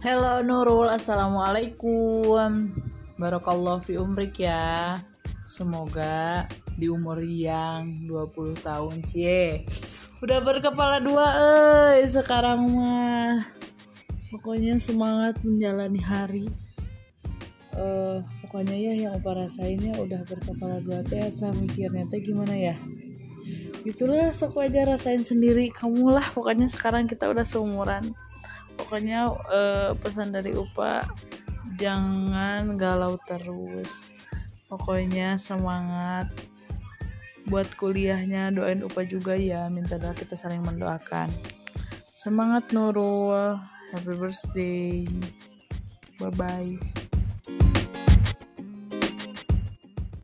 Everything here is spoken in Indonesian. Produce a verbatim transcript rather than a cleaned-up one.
Halo Nurul, Assalamualaikum. Barakallah fi umrik ya. Semoga di umur yang dua puluh tahun cie. Udah berkepala dua eh sekarang mah. Pokoknya semangat menjalani hari. Uh, pokoknya ya yang opa rasain ya udah berkepala dua teh asa mikirnya teh gimana ya. Itulah sok aja rasain sendiri kamu lah. Pokoknya sekarang kita udah seumuran. Pokoknya uh, pesan dari Upa, jangan galau terus. Pokoknya semangat buat kuliahnya, doain Upa juga ya, minta doa, kita saling mendoakan. Semangat Nurul, happy birthday, bye bye.